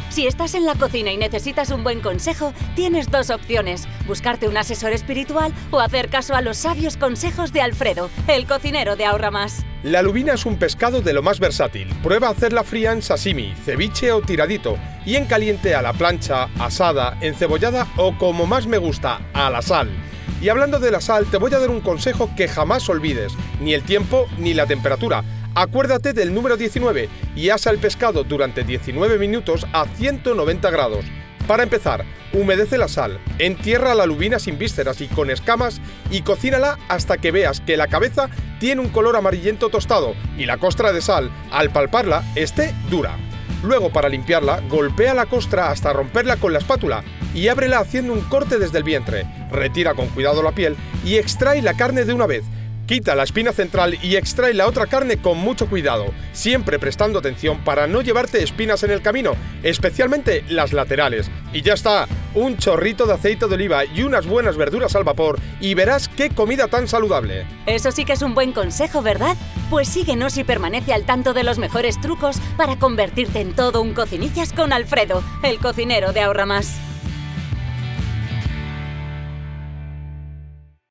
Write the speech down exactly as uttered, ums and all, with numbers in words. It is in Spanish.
Si estás en la cocina y necesitas un buen consejo, tienes dos opciones: buscarte un asesor espiritual o hacer caso a los sabios consejos de Alfredo, el cocinero de Ahorra Más. La lubina es un pescado de lo más versátil. Prueba a hacerla fría en sashimi, ceviche o tiradito, y en caliente a la plancha, asada, encebollada o, como más me gusta, a la sal. Y hablando de la sal, te voy a dar un consejo que jamás olvides: ni el tiempo ni la temperatura. Acuérdate del número diecinueve y asa el pescado durante diecinueve minutos a ciento noventa grados. Para empezar, humedece la sal, entierra la lubina sin vísceras y con escamas y cocínala hasta que veas que la cabeza tiene un color amarillento tostado y la costra de sal, al palparla, esté dura. Luego, para limpiarla, golpea la costra hasta romperla con la espátula y ábrela haciendo un corte desde el vientre. Retira con cuidado la piel y extrae la carne de una vez. Quita la espina central y extrae la otra carne con mucho cuidado, siempre prestando atención para no llevarte espinas en el camino, especialmente las laterales. Y ya está, un chorrito de aceite de oliva y unas buenas verduras al vapor y verás qué comida tan saludable. Eso sí que es un buen consejo, ¿verdad? Pues síguenos y permanece al tanto de los mejores trucos para convertirte en todo un cocinillas con Alfredo, el cocinero de Ahorra Más.